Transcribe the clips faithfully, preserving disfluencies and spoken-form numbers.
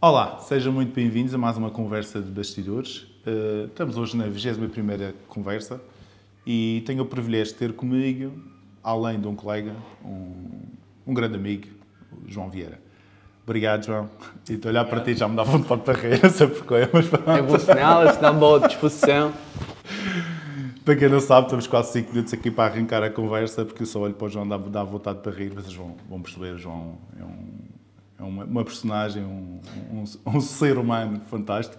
Olá, sejam muito bem-vindos a mais uma conversa de bastidores. Uh, estamos hoje na vigésima primeira conversa e tenho o privilégio de ter comigo, além de um colega, um, um grande amigo, o João Vieira. Obrigado, João. E estou a olhar para ti, já me dá vontade para rir, não sei porquê, mas pronto. É bom sinal, é sinal de boa disposição. Para quem não sabe, estamos quase cinco minutos aqui para arrancar a conversa, porque eu só olho para o João, dá, dá vontade para rir, vocês vão, vão perceber, o João é um... É uma, uma personagem, um, um, um ser humano fantástico.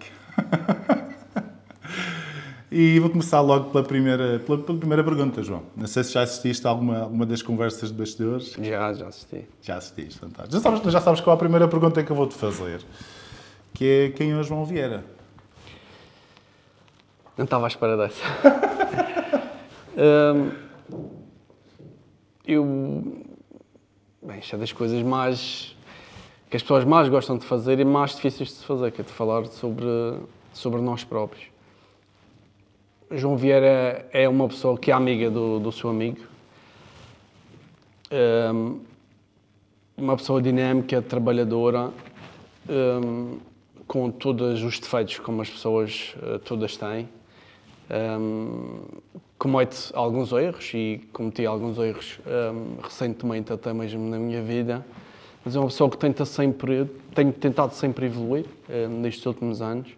E vou começar logo pela primeira, pela, pela primeira pergunta, João. Não sei se já assististe a alguma, alguma das conversas de bastidores. Já, já assisti. Já assististe, fantástico. Já sabes, já sabes qual é a primeira pergunta que eu vou-te fazer. Que é quem é o João Vieira? Não estava à espera dessa. hum, eu... Bem, isto é das coisas mais... que as pessoas mais gostam de fazer e mais difíceis de se fazer, que é de falar sobre, sobre nós próprios. João Vieira é uma pessoa que é amiga do, do seu amigo, um, uma pessoa dinâmica, trabalhadora, um, com todos os defeitos como as pessoas uh, todas têm. Um, comete alguns erros e cometi alguns erros um, recentemente até mesmo na minha vida. Mas é uma pessoa que tenta sempre, tenho tentado sempre evoluir eh, nestes últimos anos.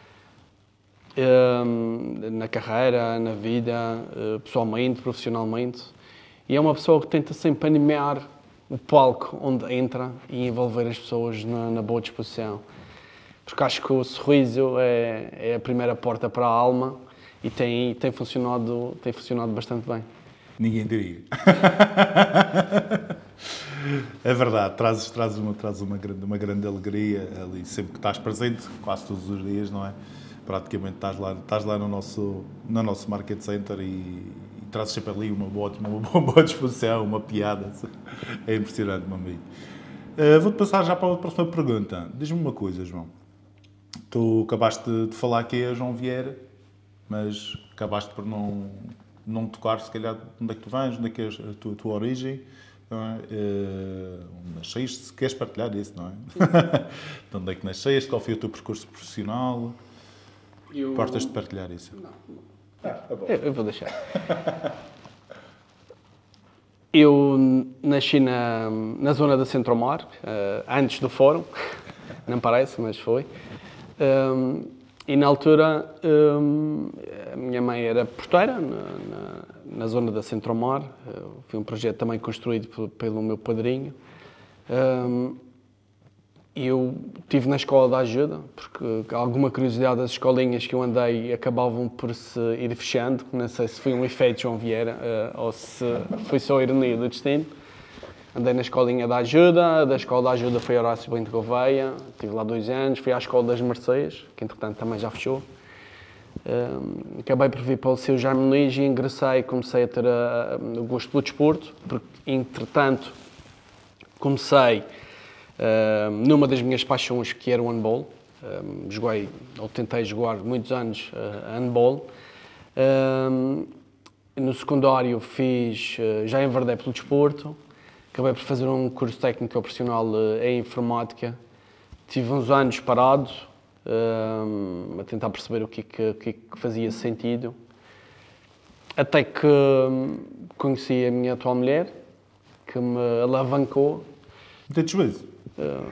Eh, na carreira, na vida, eh, pessoalmente, profissionalmente. E é uma pessoa que tenta sempre animar o palco onde entra e envolver as pessoas na, na boa disposição. Porque acho que o sorriso é, é a primeira porta para a alma e tem, tem, funcionado, tem funcionado bastante bem. Ninguém diria. É verdade, trazes, trazes, uma, trazes uma, grande, uma grande alegria ali, sempre que estás presente, quase todos os dias, não é? Praticamente estás lá, estás lá no, nosso, no nosso Market Center e, e trazes sempre ali uma boa, uma boa, boa disposição, uma piada. É impressionante, meu amigo. Uh, vou-te passar já para a próxima pergunta. Diz-me uma coisa, João. Tu acabaste de, de falar que é João Vieira, mas acabaste por não, não tocar, se calhar, onde é que tu vens, onde é que é a tua, a tua origem. Uh, nasceste, se queres partilhar isso, não é? De onde é que nasceste, qual foi o teu percurso profissional? Eu... Importas de partilhar isso? Não. Ah, tá bom. Eu, eu vou deixar. Eu nasci na, na zona da Centro-Mar, uh, antes do Fórum, não parece, mas foi. Um, e na altura um, a minha mãe era porteira na, na, na zona da Centro-Mar. Uh, foi um projeto também construído pelo, pelo meu padrinho. Um, eu estive na escola da ajuda, porque alguma curiosidade das escolinhas que eu andei acabavam por se ir fechando. Não sei se foi um efeito João Vieira uh, ou se foi só a ironia do destino. Andei na escolinha da ajuda, da escola da ajuda fui a Horácio Bento Gouveia, estive lá dois anos, fui à escola das Mercês, que entretanto também já fechou. Um, acabei por vir para o Liceu Jaime Muniz e ingressei e comecei a ter a, a, o gosto pelo desporto, porque entretanto comecei uh, numa das minhas paixões, que era o handball. Um, joguei, ou tentei jogar muitos anos uh, handball. Um, no secundário fiz, uh, já enverdei pelo desporto. Acabei por fazer um curso técnico operacional em informática. Tive uns anos parado, um, a tentar perceber o que, que, o que fazia sentido. Até que conheci a minha atual mulher, que me alavancou. Muito juízo. Uh,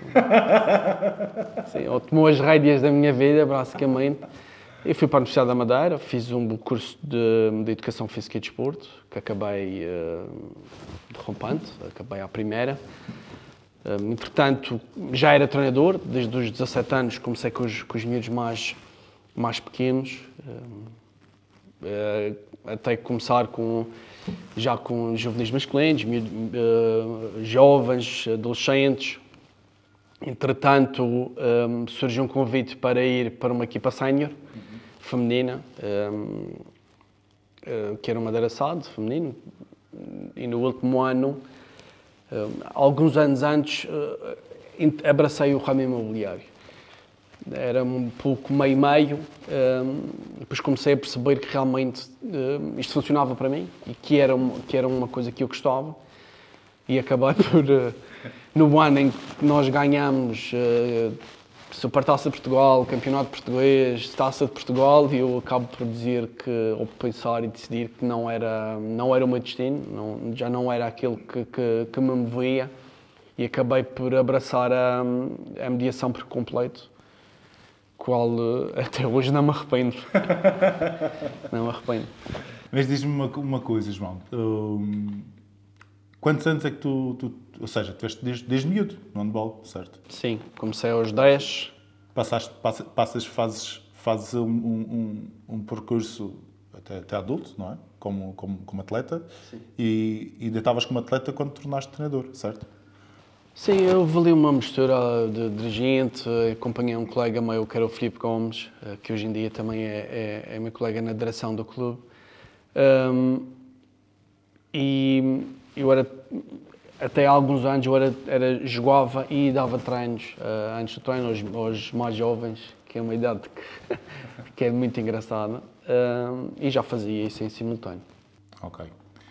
sim, ou tomou as rédeas da minha vida, basicamente. Eu fui para a Universidade da Madeira, fiz um curso de, de Educação Física e Desporto, que acabei uh, derrompante, acabei à primeira. Uh, entretanto, já era treinador, desde os dezassete anos comecei com os, com os miúdos mais, mais pequenos, uh, uh, até começar com, já com juvenis masculinos, miúdos, uh, jovens, adolescentes. Entretanto, um, surgiu um convite para ir para uma equipa sénior, uhum. feminina, um, uh, que era uma Madeira S A D, feminino, e no último ano, um, alguns anos antes, uh, abracei o ramo imobiliário. Era um pouco meio-meio, um, depois comecei a perceber que realmente uh, isto funcionava para mim e que era, uma, que era uma coisa que eu gostava. E acabei por, uh, no ano em que nós ganhámos uh, Supertaça de Portugal, Campeonato Português, Taça de Portugal, e eu acabo por dizer que, ou pensar e decidir que não era, não era o meu destino, não, já não era aquilo que, que, que me movia, e acabei por abraçar a, a mediação por completo, qual até hoje não me arrependo. Não me arrependo. Mas diz-me uma, uma coisa, João. Hum, quantos anos é que tu, tu ou seja, tu estiveste desde, desde miúdo no handball, certo? Sim, comecei aos dez. Passaste, passas, passas fazes, fazes um, um, um percurso até, até adulto, não é? Como, como, como atleta. Sim. E, e ainda estavas como atleta quando te tornaste treinador, certo? Sim, eu ali uma mistura de dirigente, acompanhei um colega meu que era o Filipe Gomes, que hoje em dia também é, é, é meu colega na direção do clube. Um, e eu era, até há alguns anos, eu era, era, jogava e dava treinos, uh, antes do treino aos, aos mais jovens, que é uma idade que, que é muito engraçada, uh, e já fazia isso em simultâneo. Ok.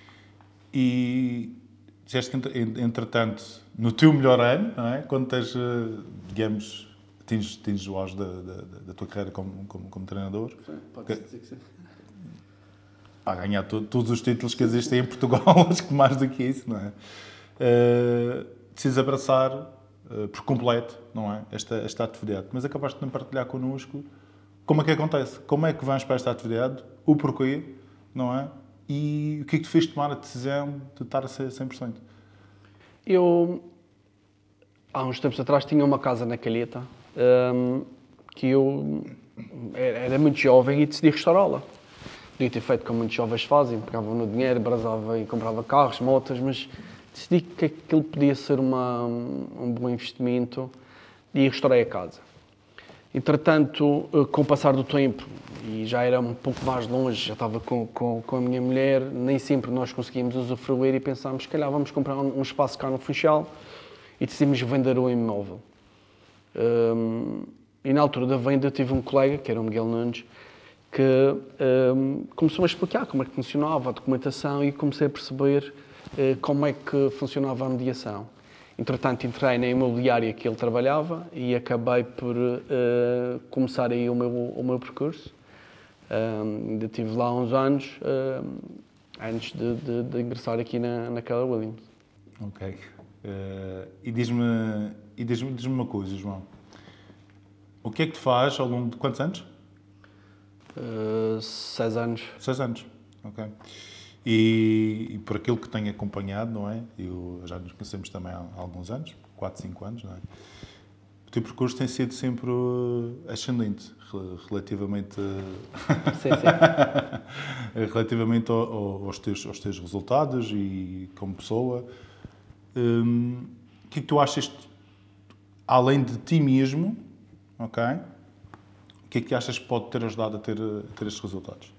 E disseste que, entretanto, no teu melhor ano, não é? Quando tens, digamos, atinges, atinges o auge da, da, da tua carreira como, como, como treinador. Sim, pode dizer que sim. A ganhar to, todos os títulos que existem em Portugal, acho que mais do que isso, não é? Uh, decides abraçar uh, por completo, não é? Esta, esta atividade. Mas acabaste de não partilhar connosco como é que acontece, como é que vamos para esta atividade, o porquê, não é? E o que é que te fez tomar a decisão de estar a ser cem por cento? Eu, há uns tempos atrás, tinha uma casa na Calheta, um, que eu era muito jovem e decidi restaurá-la. Podia ter feito como muitos jovens fazem, pegavam no dinheiro, brasava e comprava carros, motas, mas decidi que aquilo podia ser uma, um bom investimento e restaurei a casa. Entretanto, com o passar do tempo, e já era um pouco mais longe, já estava com, com, com a minha mulher, nem sempre nós conseguimos usufruir e pensámos, se calhar vamos comprar um, um espaço cá no Funchal, e decidimos vender o imóvel. Um, e na altura da venda eu tive um colega, que era o Miguel Nunes, que um, começou a explicar como é que funcionava a documentação e comecei a perceber uh, como é que funcionava a mediação. Entretanto, entrei na imobiliária que ele trabalhava e acabei por uh, começar aí o meu, o meu percurso. Um, ainda estive lá uns anos, uh, antes de, de, de ingressar aqui na, na Keller Williams. Ok. Uh, e diz-me e diz-me, diz-me uma coisa, João. O que é que te faz ao longo de quantos anos? Uh, seis anos. Seis anos, ok. E, e por aquilo que tenho acompanhado, não é? Eu, já nos conhecemos também há alguns anos, quatro, cinco anos, não é? O teu percurso tem sido sempre ascendente, relativamente, sim, sim. relativamente ao, ao, aos, teus, aos teus resultados e como pessoa. Hum, o que é que tu achas, além de ti mesmo, ok? O que é que achas que pode ter ajudado a ter, a ter estes resultados?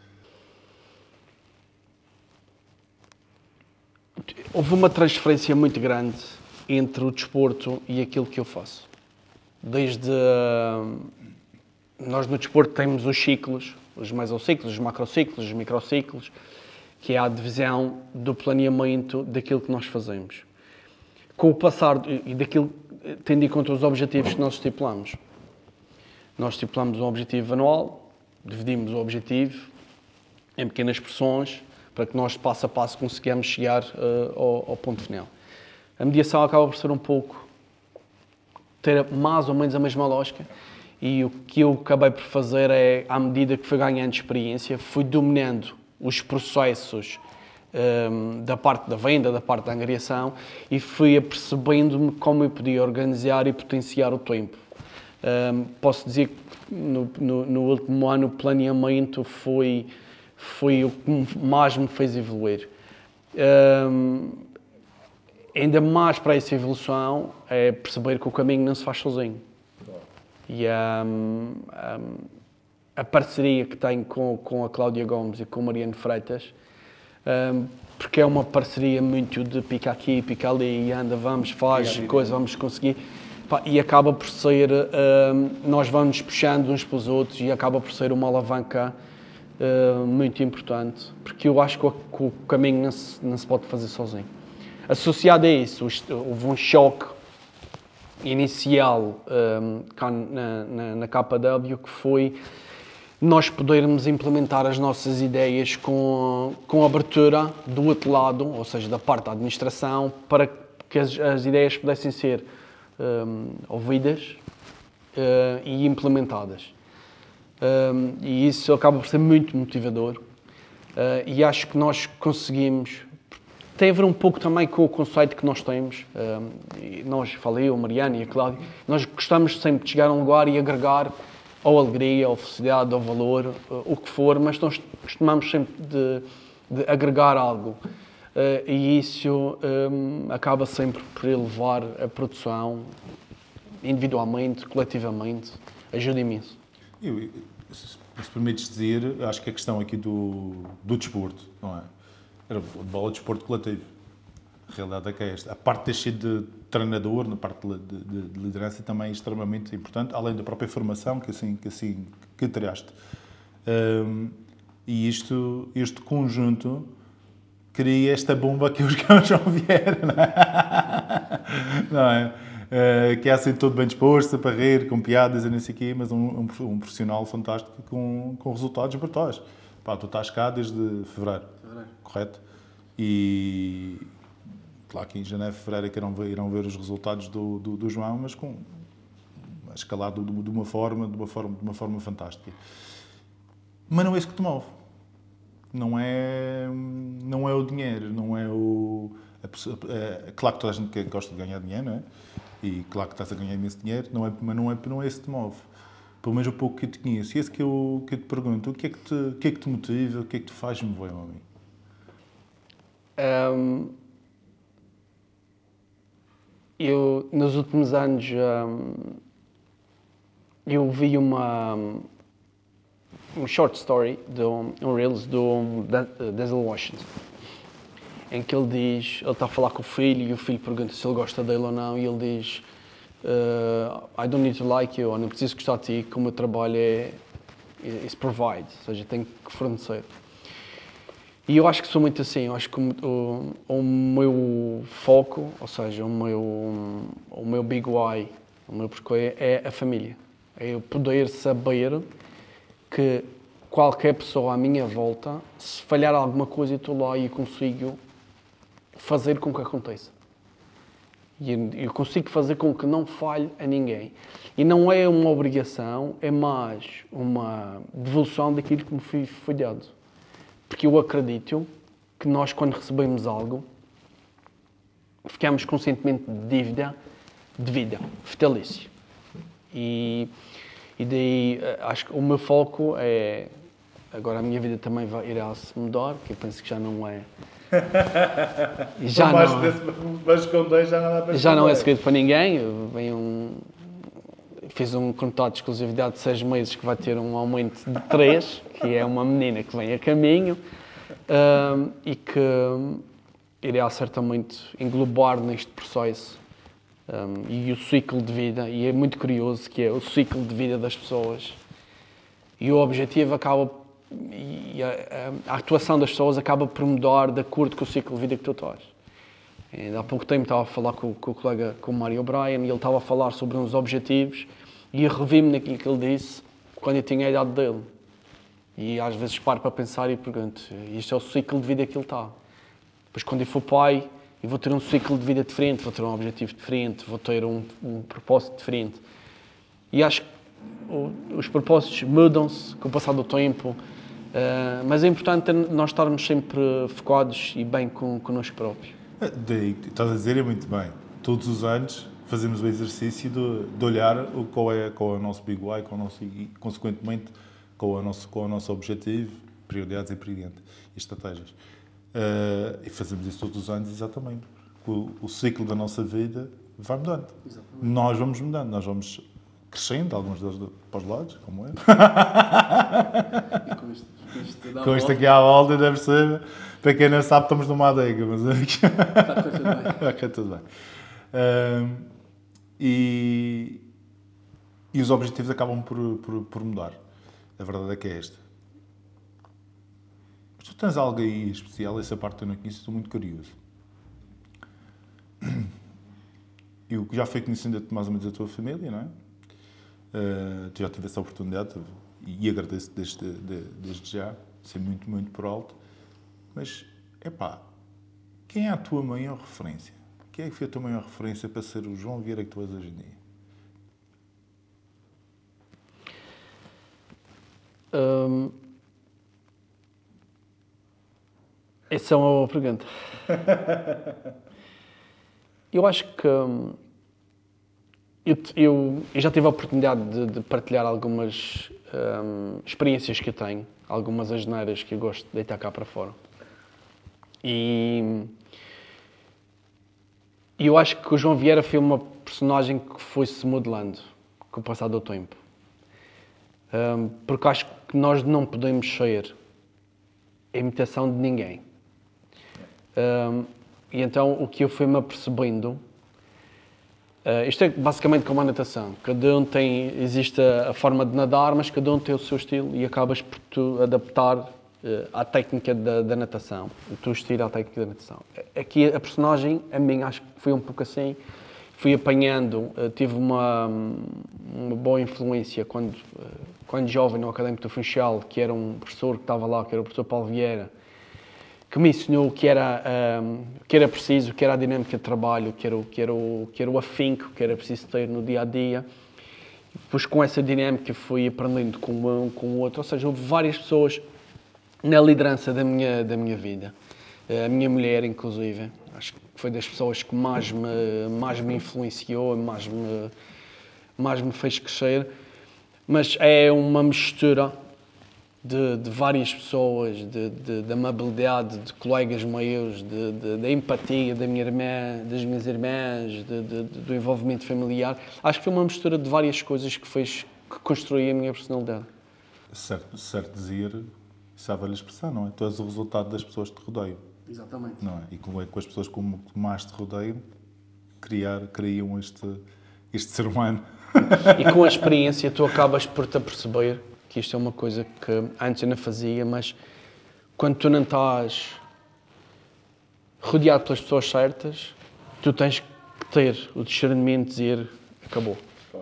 Houve uma transferência muito grande entre o desporto e aquilo que eu faço. Desde... Nós no desporto temos os ciclos, os mesociclos, os macrociclos, os microciclos, que é a divisão do planeamento daquilo que nós fazemos. Com o passar... E daquilo, tendo em conta os objetivos que nós estipulamos. Nós estipulamos um objetivo anual, dividimos o objetivo em pequenas porções, para que nós, passo a passo, consigamos chegar uh, ao, ao ponto final. A mediação acaba por ser um pouco, ter mais ou menos a mesma lógica, e o que eu acabei por fazer é, à medida que fui ganhando experiência, fui dominando os processos um, da parte da venda, da parte da angariação, e fui apercebendo-me como eu podia organizar e potenciar o tempo. Um, posso dizer que no, no, no último ano o planeamento foi... foi o que mais me fez evoluir. Um, ainda mais para essa evolução é perceber que o caminho não se faz sozinho. E um, um, a parceria que tenho com, com a Cláudia Gomes e com o Mariano Freitas, um, porque é uma parceria muito de pica aqui, pica ali, e anda, vamos, faz, coisa, vamos conseguir. E acaba por ser, um, nós vamos puxando uns para os outros e acaba por ser uma alavanca Uh, muito importante, porque eu acho que o, que o caminho não se, não se pode fazer sozinho. Associado a isso, houve um choque inicial um, cá na, na, na K W, que foi nós podermos implementar as nossas ideias com, com abertura do outro lado, ou seja, da parte da administração, para que as, as ideias pudessem ser um, ouvidas uh, e implementadas. Um, e isso acaba por ser muito motivador. Uh, e acho que nós conseguimos. Tem a ver um pouco também com o conceito que nós temos. Um, e nós, falei, eu, a Mariana e a Cláudia, nós gostamos sempre de chegar a um lugar e agregar ou alegria, ou felicidade, ou valor, uh, o que for, mas nós costumamos sempre de, de agregar algo. Uh, e isso um, acaba sempre por elevar a produção, individualmente, coletivamente, ajuda imenso. Eu, se se permites dizer, acho que a questão aqui do, do desporto, não é? Era de bola de desporto coletivo. A realidade é que é esta. A parte de ter sido de treinador, na parte de, de, de liderança, também é extremamente importante, além da própria formação que assim que, assim, que tiraste. Um, e isto, este conjunto cria esta bomba que os cães não vieram, não é? Não é? Uh, que é assim todo bem disposto, para rir, com piadas e não sei o quê, mas um, um, um profissional fantástico com, com resultados brutais. Pá, tu estás cá desde fevereiro, fevereiro. Correto? E claro que em janeiro, fevereiro é que irão ver, irão ver os resultados do, do, do João, mas com escalado de, de uma forma, de uma forma, de uma forma fantástica. Mas não é isso que te move. Não é, não é o dinheiro, não é o... É, é, claro que toda a gente gosta de ganhar dinheiro, não é? E claro que estás a ganhar imenso dinheiro, não é, mas não é, não é esse que te move. Pelo menos o pouco que eu te conheço. E esse que eu, que eu te pergunto, o que é que te, o que é que te motiva, o que é que te faz mover, homem? Um, eu, nos últimos anos, um, eu vi uma... um short story, de um, um Reels do Denzel Washington, em que ele diz, ele está a falar com o filho e o filho pergunta se ele gosta dele ou não e ele diz uh, I don't need to like you, ou não preciso gostar de ti, que o meu trabalho é is provide, ou seja, tenho que fornecer. E eu acho que sou muito assim, eu acho que o, o, o meu foco, ou seja, o meu, o meu big why, o meu porquê é a família. É eu poder saber que qualquer pessoa à minha volta, se falhar alguma coisa, eu estou lá e consigo fazer com que aconteça. E eu consigo fazer com que não falhe a ninguém. E não é uma obrigação, é mais uma devolução daquilo que me foi, foi dado. Porque eu acredito que nós, quando recebemos algo, ficamos com um sentimento de dívida, de vida, vitalício. E, e daí, acho que o meu foco é... Agora a minha vida também vai, irá se mudar, que eu penso que já não é... Já não, desse, mas com dois já não dá para já não é segredo para ninguém. Eu venho um, fiz um contrato de exclusividade de seis meses que vai ter um aumento de três, que é uma menina que vem a caminho um, e que irá certamente englobar neste processo um, e o ciclo de vida. E é muito curioso que é o ciclo de vida das pessoas e o objetivo acaba e a, a, a atuação das pessoas acaba por mudar de acordo com o ciclo de vida que tu estás. Há pouco tempo estava a falar com, com o colega, com o Mário O'Brien, e ele estava a falar sobre uns objetivos e eu revi-me naquilo que ele disse quando eu tinha a idade dele. E às vezes paro para pensar e pergunto, isto é o ciclo de vida que ele está. Depois quando eu for pai, eu vou ter um ciclo de vida diferente, vou ter um objetivo diferente, vou ter um, um propósito diferente. E acho que os propósitos mudam-se com o passar do tempo, uh, mas é importante nós estarmos sempre focados e bem com, connosco próprios. Daí, estás a dizer, é muito bem. Todos os anos fazemos o exercício de, de olhar qual é, qual é o nosso big why, qual é o nosso, e, consequentemente, qual é o nosso, qual é o nosso objetivo, prioridades e, e estratégias. Uh, e fazemos isso todos os anos, exatamente. O, o ciclo da nossa vida vai mudando. Exatamente. Nós vamos mudando, nós vamos crescendo, alguns deles para os lados, como eu. E com isto, com isto, com isto aqui à volta, deve ser. Para quem não sabe, estamos numa adega, mas está a correr tudo bem. Está a correr tudo bem. Um, e, e os objetivos acabam por, por, por mudar. A verdade é que é esta. Mas tu tens algo aí especial, essa parte eu não conheço, estou muito curioso. eu já fui conhecendo mais ou menos a tua família, não é? Uh, tu já tive essa oportunidade e, e agradeço desde, de, desde já, sei muito, muito por alto. Mas, epá, quem é a tua maior referência? Quem é que foi a tua maior referência para ser o João Vieira que tu és hoje em dia? Hum, essa é uma boa pergunta. Eu acho que hum, eu, eu, eu já tive a oportunidade de, de partilhar algumas hum, experiências que eu tenho, algumas asneiras que eu gosto de deitar cá para fora. E eu acho que o João Vieira foi uma personagem que foi-se modelando com o passar do tempo. Um, porque acho que nós não podemos ser a imitação de ninguém. Um, e então o que eu fui-me apercebendo, uh, isto é basicamente como a natação. Cada um tem, existe a, a forma de nadar, mas cada um tem o seu estilo e acabas por tu adaptar uh, à técnica da, da natação. O teu estilo à técnica da natação. Aqui a personagem, a mim, acho que foi um pouco assim. Fui apanhando, uh, tive uma, uma boa influência quando... Uh, quando jovem, no Académico do Funchal, que era um professor que estava lá, que era o professor Paulo Vieira, que me ensinou o que era, um, que era preciso, o que era a dinâmica de trabalho, o que era o, que era o, que era o afinco que era preciso ter no dia-a-dia. Depois, com essa dinâmica, fui aprendendo com um, com o outro. Ou seja, houve várias pessoas na liderança da minha, da minha vida. A minha mulher, inclusive, acho que foi das pessoas que mais me, mais me influenciou, mais me, mais me fez crescer. Mas é uma mistura de, de várias pessoas, de, de, de amabilidade, de colegas meus, de, de, de empatia da minha irmã, das minhas irmãs, de, de, de, do envolvimento familiar. Acho que foi uma mistura de várias coisas que fez, que construiu a minha personalidade. Certo, certo dizer, isso é a velha expressão, não é? Tu és o resultado das pessoas que te rodeiam. Exatamente. Não é? E com, com as pessoas como mais te rodeiam, criar, criam este, este ser humano. E com a experiência tu acabas por te aperceber que isto é uma coisa que antes eu não fazia, mas quando tu não estás rodeado pelas pessoas certas, tu tens que ter o discernimento de dizer acabou.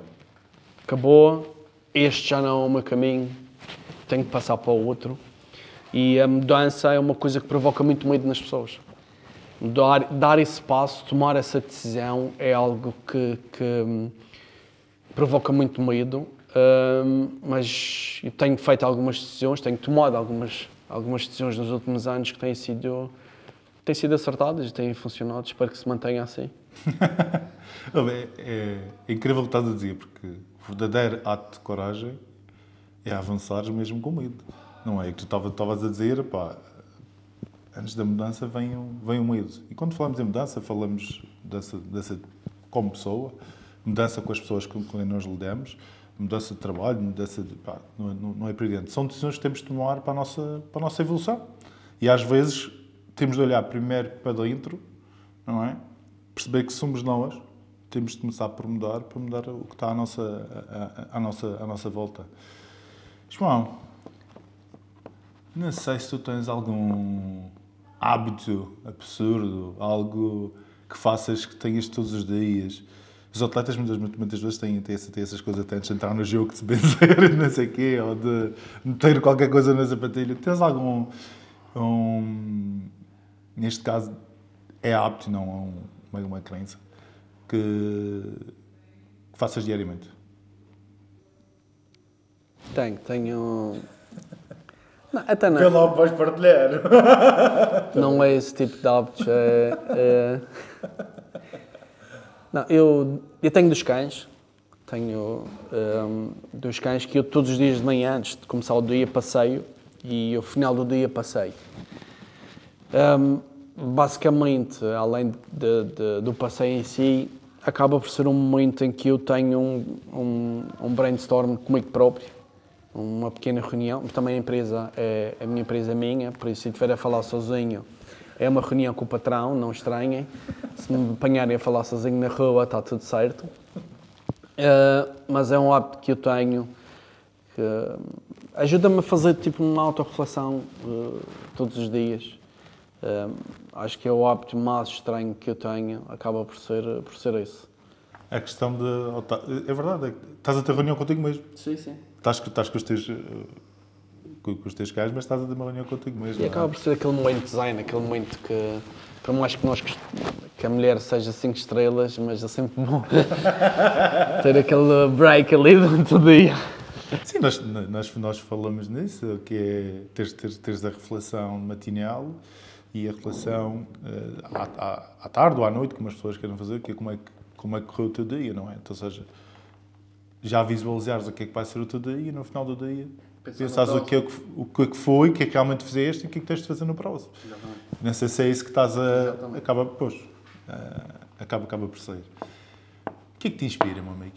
Acabou, este já não é o meu caminho, tenho que passar para o outro. E a mudança é uma coisa que provoca muito medo nas pessoas. Dar, dar esse passo, tomar essa decisão é algo que... que provoca muito medo, um, mas eu tenho feito algumas decisões, tenho tomado algumas, algumas decisões nos últimos anos que têm sido, têm sido acertadas e têm funcionado. Espero que se mantenha assim. é, é incrível o que estás a dizer, porque o verdadeiro ato de coragem é avançar mesmo com medo. Não é? E que tu estavas a dizer, pá, antes da mudança vem o, vem o medo. E quando falamos em mudança, falamos dessa, dessa como pessoa, mudança com as pessoas com quem nós lidamos, mudança de trabalho, mudança de... Pá, não, é, não é evidente. São decisões que temos de tomar para a, nossa, para a nossa evolução. E às vezes temos de olhar primeiro para dentro, não é? Perceber que somos nós, temos de começar por mudar, para mudar o que está à nossa, à, à, à nossa, à nossa volta. João, não sei se tu tens algum hábito absurdo, algo que faças que tenhas todos os dias. Os atletas muitas, muitas vezes têm, têm, têm essas coisas até antes de entrar no jogo, de se benzer, não sei o quê, ou de meter qualquer coisa na sapatilha. Tens algum... Um, neste caso, é hábito, não é um, uma, uma crença, que, que faças diariamente? Tenho, tenho... Não, até não. Vê lá o que vais partilhar. Não é esse tipo de hábitos. É, é... Não, eu, eu tenho dos cães. Tenho um, dos cães que eu todos os dias de manhã, antes de começar o dia, passeio. E ao final do dia, passeio. Um, basicamente, além de, de, do passeio em si, acaba por ser um momento em que eu tenho um, um, um brainstorm comigo próprio. Uma pequena reunião, mas também a empresa, é, a minha empresa é minha, por isso se estiver a falar sozinho, é uma reunião com o patrão, não estranhem. Se me apanharem a falar sozinho na rua, está tudo certo. Uh, mas é um hábito que eu tenho que ajuda-me a fazer tipo uma autorreflexão uh, todos os dias. Uh, acho que é o hábito mais estranho que eu tenho, acaba por ser, por ser esse. a questão de... É verdade, é, estás a ter reunião contigo mesmo. Sim, sim. Estás, estás com os teus... Com, com os teus gajos, mas estás a ter uma reunião contigo mesmo. E acaba por ser aquele momento de design, aquele momento que, por mais que nós que a mulher seja cinco estrelas, mas é sempre bom ter aquele break ali durante o dia. Sim, nós, nós, nós falamos nisso, que é teres, teres, teres a reflexão matinal e a reflexão uh, à, à, à tarde ou à noite, como as pessoas querem fazer, que é como é que, como é que correu o teu dia, não é? Então, ou seja, já visualizares o que é que vai ser o teu dia e no final do dia pensares o que, é que, o que é que foi, o que é que realmente fizeste e o que é que tens de fazer no próximo. Exatamente. Não sei se é isso que estás a... Exatamente. Acaba, pois, uh, acaba, acaba por ser. O que é que te inspira, meu amigo?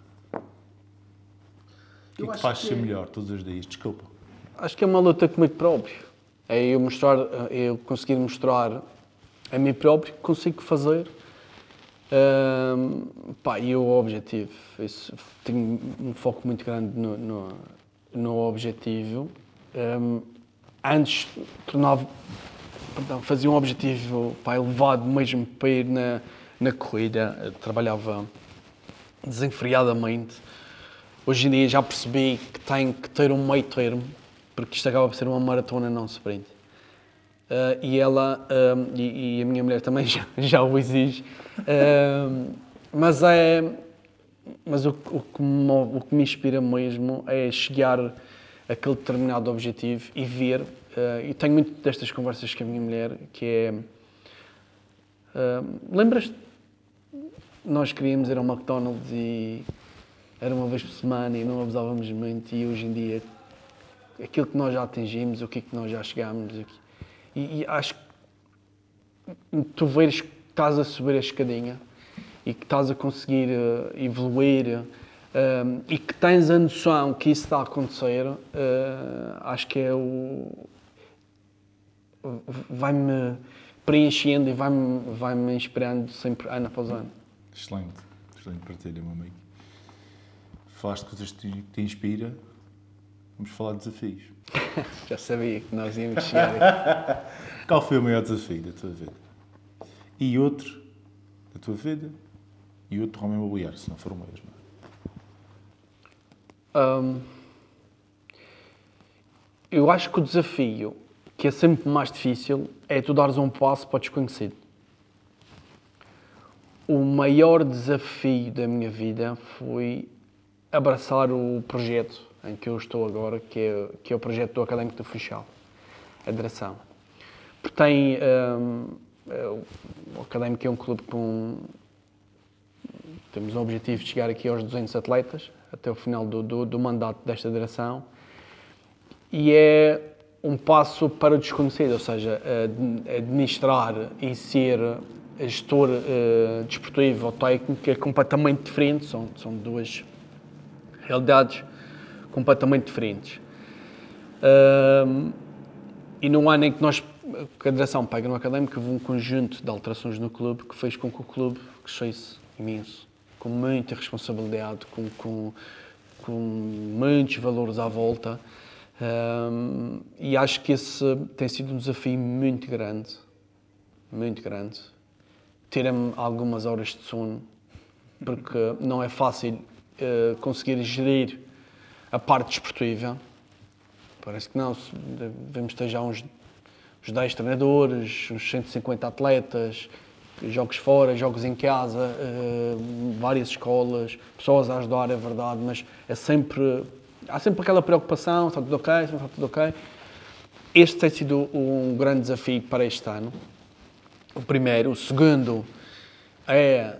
O que é que te faz ser melhor todos os dias? Desculpa. Acho que é uma luta comigo próprio. É eu mostrar, é eu conseguir mostrar a mim próprio que consigo fazer. Um, pá, e o objetivo. Isso, tenho um foco muito grande no, no, no objetivo. Um, antes tornava, perdão, fazia um objetivo, pá, elevado mesmo para ir na, na corrida. Eu trabalhava desenfreadamente. Hoje em dia já percebi que tenho que ter um meio termo, porque isto acaba por ser uma maratona, não um sprint. Uh, e ela, uh, e, e a minha mulher também já, já o exige, uh, mas, é, mas o, o, que me, o que me inspira mesmo é chegar àquele determinado objetivo e ver, uh, e tenho muito destas conversas com a minha mulher, que é, uh, lembras-te, nós queríamos ir ao McDonald's e era uma vez por semana e não abusávamos muito, e hoje em dia aquilo que nós já atingimos, o que é que nós já chegámos, e, e acho que tu veres que estás a subir a escadinha e que estás a conseguir uh, evoluir uh, e que tens a noção que isso está a acontecer, uh, acho que é o... vai-me preenchendo e vai-me vai-me inspirando sempre, ano após ano. Excelente, excelente partilha, meu amigo. Falaste de coisas que te inspira, vamos falar de desafios. Já sabia que nós íamos chegar aqui. Qual foi o maior desafio da tua vida? E outro da tua vida? E outro ramo imobiliário, se não for o mesmo. Um, eu acho que o desafio, que é sempre mais difícil, é tu dares um passo para o desconhecido. O maior desafio da minha vida foi abraçar o projeto em que eu estou agora, que é, que é o projeto do Académico do Funchal, a direção. Porque tem... Um, o Académico é um clube com... Temos o objetivo de chegar aqui aos duzentos atletas, até o final do, do, do mandato desta direção. E é um passo para o desconhecido, ou seja, administrar e ser gestor uh, desportivo ou técnico é completamente diferente, são, são duas realidades completamente diferentes. Uh, e no ano em que nós, que a direção pega no Académico, houve um conjunto de alterações no clube que fez com que o clube crescesse imenso, com muita responsabilidade, com, com, com muitos valores à volta. Uh, e acho que esse tem sido um desafio muito grande, muito grande. Tira-me algumas horas de sono, porque não é fácil uh, conseguir gerir a parte desportiva. Parece que não, devemos ter já uns, uns dez treinadores, uns cento e cinquenta atletas, jogos fora, jogos em casa, uh, várias escolas, pessoas a ajudar, é verdade, mas é sempre, há sempre aquela preocupação, está tudo ok, está tudo ok. Este tem sido um grande desafio para este ano. O primeiro. O segundo é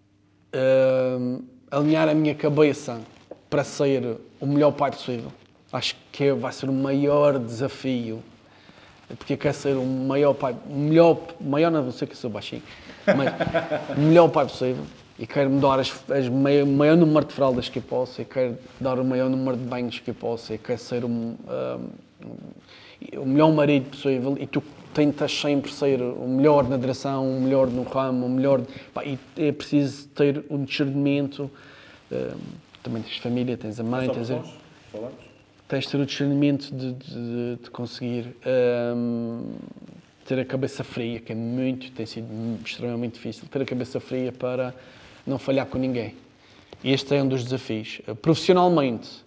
uh, alinhar a minha cabeça para ser o melhor pai possível. Acho que vai ser o maior desafio, porque eu quero ser o maior pai, melhor, maior não sei que eu sou baixinho, mas o melhor pai possível. E quero me dar as, as maior, o maior número de fraldas que eu posso, e quero dar o maior número de banhos que eu posso, e quero ser um, um, um, o melhor marido possível. E tu tentas sempre ser o melhor na direção, o melhor no ramo, o melhor... Pá, e é preciso ter um discernimento. Um, também tens família, tens a mãe, tens... A, tens de ter o discernimento de, de, de conseguir um, ter a cabeça fria, que é muito, tem sido extremamente difícil, ter a cabeça fria para não falhar com ninguém. Este é um dos desafios. Profissionalmente,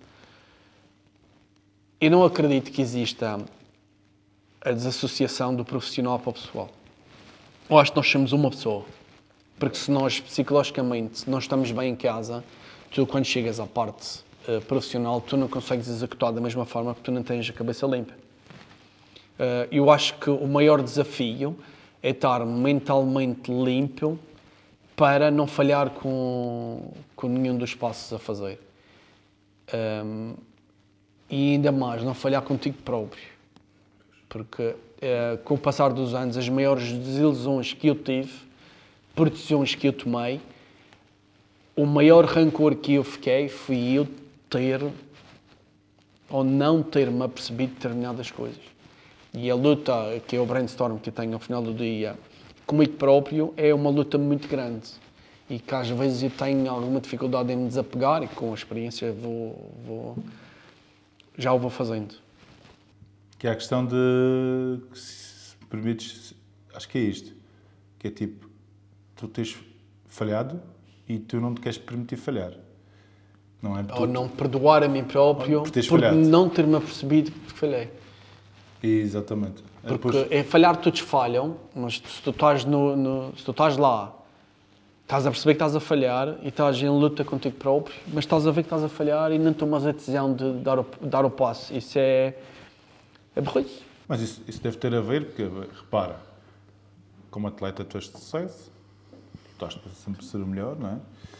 eu não acredito que exista a desassociação do profissional para o pessoal. Eu acho que nós somos uma pessoa. Porque se nós, psicologicamente, não estamos bem em casa, tu, quando chegas à parte uh, profissional, tu não consegues executar da mesma forma porque tu não tens a cabeça limpa. Uh, eu acho que o maior desafio é estar mentalmente limpo para não falhar com, com nenhum dos passos a fazer. Um, e ainda mais, não falhar contigo próprio. Porque uh, com o passar dos anos, as maiores desilusões que eu tive, por decisões que eu tomei, o maior rancor que eu fiquei foi eu ter ou não ter-me apercebido de determinadas coisas. E a luta, que é o brainstorm que eu tenho ao final do dia, comigo próprio, é uma luta muito grande. E que às vezes eu tenho alguma dificuldade em me desapegar e com a experiência vou, vou, já o vou fazendo. Que é a questão de, se me permites, acho que é isto, que é tipo, tu tens falhado e tu não te queres permitir falhar. Não é? Ou não perdoar a mim próprio por, por não ter-me apercebido que falhei. Exatamente. Porque Depois... é falhar, todos falham, mas se tu estás, no, no, se tu estás lá, estás a perceber que estás a falhar e estás em luta contigo próprio, mas estás a ver que estás a falhar e não tomas a decisão de dar o, dar o passo. Isso é... é burrice. Mas isso, isso deve ter a ver, porque, repara, como atleta tu és de sucesso, tu estás sempre a ser o melhor, não é?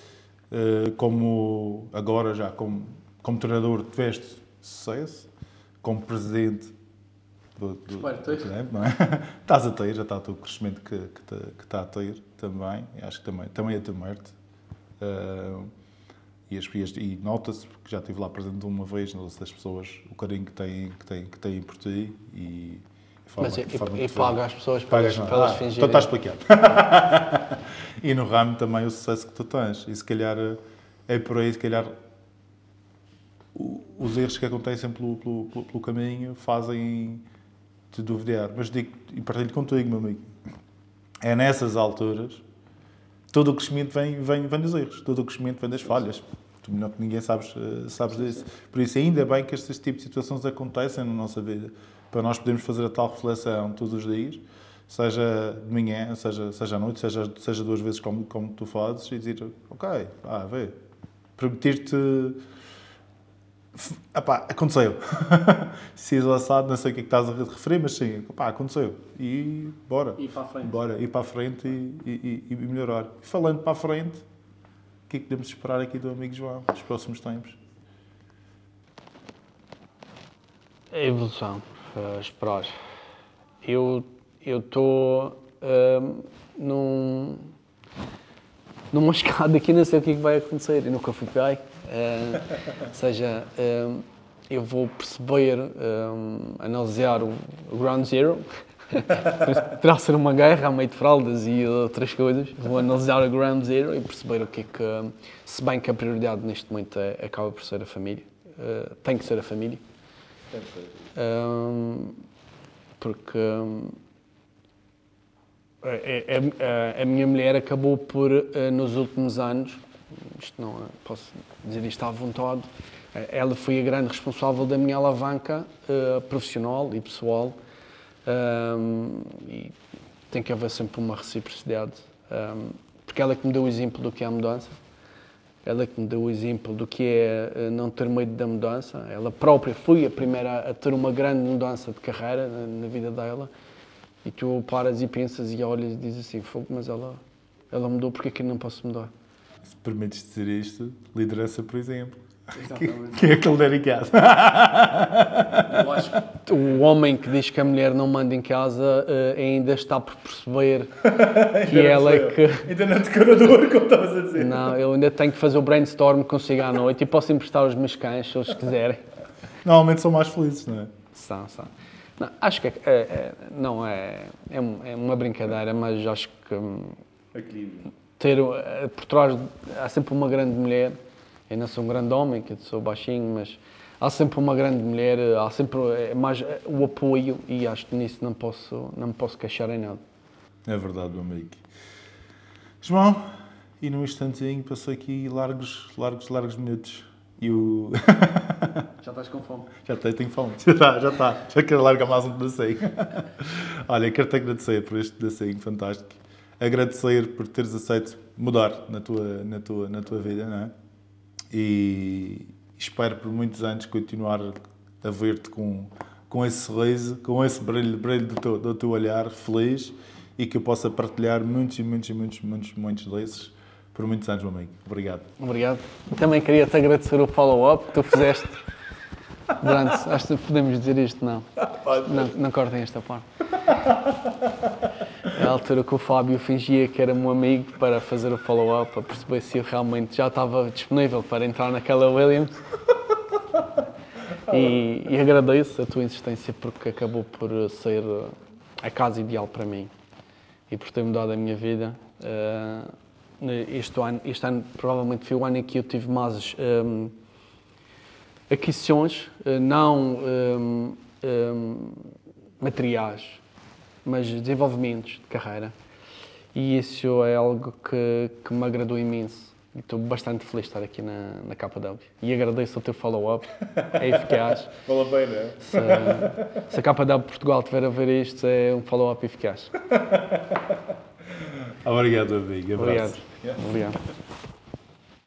Como agora já, como, como treinador, tiveste sucesso, como presidente do, do, do tempo, não é? Estás a ter, já está o teu crescimento que, que, te, que está a ter também, acho que também, também é teu mérito. Uh, e, e nota-se, porque já estive lá presente uma vez, nota-se das pessoas, o carinho que têm, que têm, que têm por ti e... Forma, Mas e, forma e paga as pessoas para elas, elas, elas ah, fingirem. Então está explicado. E no ramo também o sucesso que tu tens. E se calhar é por aí, se calhar os erros que acontecem pelo, pelo, pelo caminho fazem-te duvidar. Mas digo, e partilho contigo, meu amigo, é nessas alturas todo o crescimento vem, vem, vem dos erros, todo o crescimento vem das falhas. Tu melhor que ninguém sabes, sabes disso. Por isso, ainda bem que estes tipos de situações acontecem na nossa vida, para nós podermos fazer a tal reflexão todos os dias, seja de manhã, seja, seja à noite, seja, seja duas vezes como, como tu fazes, e dizer, ok, ah, vê, permitir-te... Epá, aconteceu. Se és assado, não sei o que é que estás a referir, mas sim, epá, aconteceu. E bora. Ir para a frente. Bora, ir para a frente e, e, e melhorar. E falando para a frente, o que é que podemos esperar aqui do amigo João nos próximos tempos? A evolução. Uh, esperar. Eu estou uh, num, numa escada que não sei o que, é que vai acontecer. Eu nunca fui pai. Uh, ou seja, uh, eu vou perceber, um, analisar o, o Ground Zero. Terá de ser uma guerra a meio de fraldas e outras coisas. Vou analisar o Ground Zero e perceber o que é que, se bem que a prioridade neste momento é, acaba por ser a família. Uh, tem que ser a família. Um, porque um, a, a, a minha mulher acabou por, uh, nos últimos anos, isto não posso dizer isto à vontade, ela foi a grande responsável da minha alavanca uh, profissional e pessoal, um, e tem que haver sempre uma reciprocidade, um, porque ela que me deu o exemplo do que é a mudança. Ela que me deu o exemplo do que é não ter medo da mudança. Ela própria foi a primeira a ter uma grande mudança de carreira na, na vida dela. E tu paras e pensas e olhas e dizes assim, fogo, mas ela, ela mudou, porque é que eu não posso mudar? Se permites dizer isto, liderança, por exemplo. Exatamente. Que é aquele der em casa. Eu acho que o homem que diz que a mulher não manda em casa uh, ainda está por perceber que ela é que... Ainda não te na dor, como estavas a dizer. Não, eu ainda tenho que fazer o brainstorm consigo à noite e posso emprestar os meus cães, se eles quiserem. Normalmente são mais felizes, não é? São, são. Não, acho que é, é, é, não é, é, é uma brincadeira, mas acho que hum, ter por trás há sempre uma grande mulher. Eu não sou um grande homem, que eu sou baixinho, mas há sempre uma grande mulher, há sempre mais o apoio e acho que nisso não posso, não me posso queixar em nada. É verdade, meu amigo. João, e num instantezinho passou aqui largos, largos, largos minutos. E o... Já estás com fome? Já tenho, tenho fome. Já está, já está. Já quero largar mais um pedacinho. Olha, quero-te agradecer por este pedacinho fantástico. Agradecer por teres aceito mudar na tua, na tua, na tua vida, não é? E espero por muitos anos continuar a ver-te com, com esse sorriso, com esse brilho, brilho do, teu, do teu olhar feliz e que eu possa partilhar muitos e muitos e muitos, muitos, muitos desses por muitos anos, meu amigo. Obrigado. Obrigado. Também queria-te agradecer o follow-up que tu fizeste durante... Acho que podemos dizer isto, não. Não, não cortem esta parte. É a altura que o Fábio fingia que era meu amigo para fazer o follow-up, para perceber se eu realmente já estava disponível para entrar naquela Williams. E, e agradeço a tua insistência porque acabou por ser a casa ideal para mim e por ter mudado a minha vida. Uh, este, ano, este ano provavelmente foi o ano em que eu tive mais um, aquisições, não um, um, materiais, mas desenvolvimentos de carreira. E isso é algo que, que me agradou imenso. Estou bastante feliz de estar aqui na, na K W. E agradeço o teu follow-up. É eficaz. Vale a pena. Se, se a K W Portugal estiver a ver isto, é um follow-up eficaz. Obrigado, amigo. Abraço. Obrigado. Obrigado.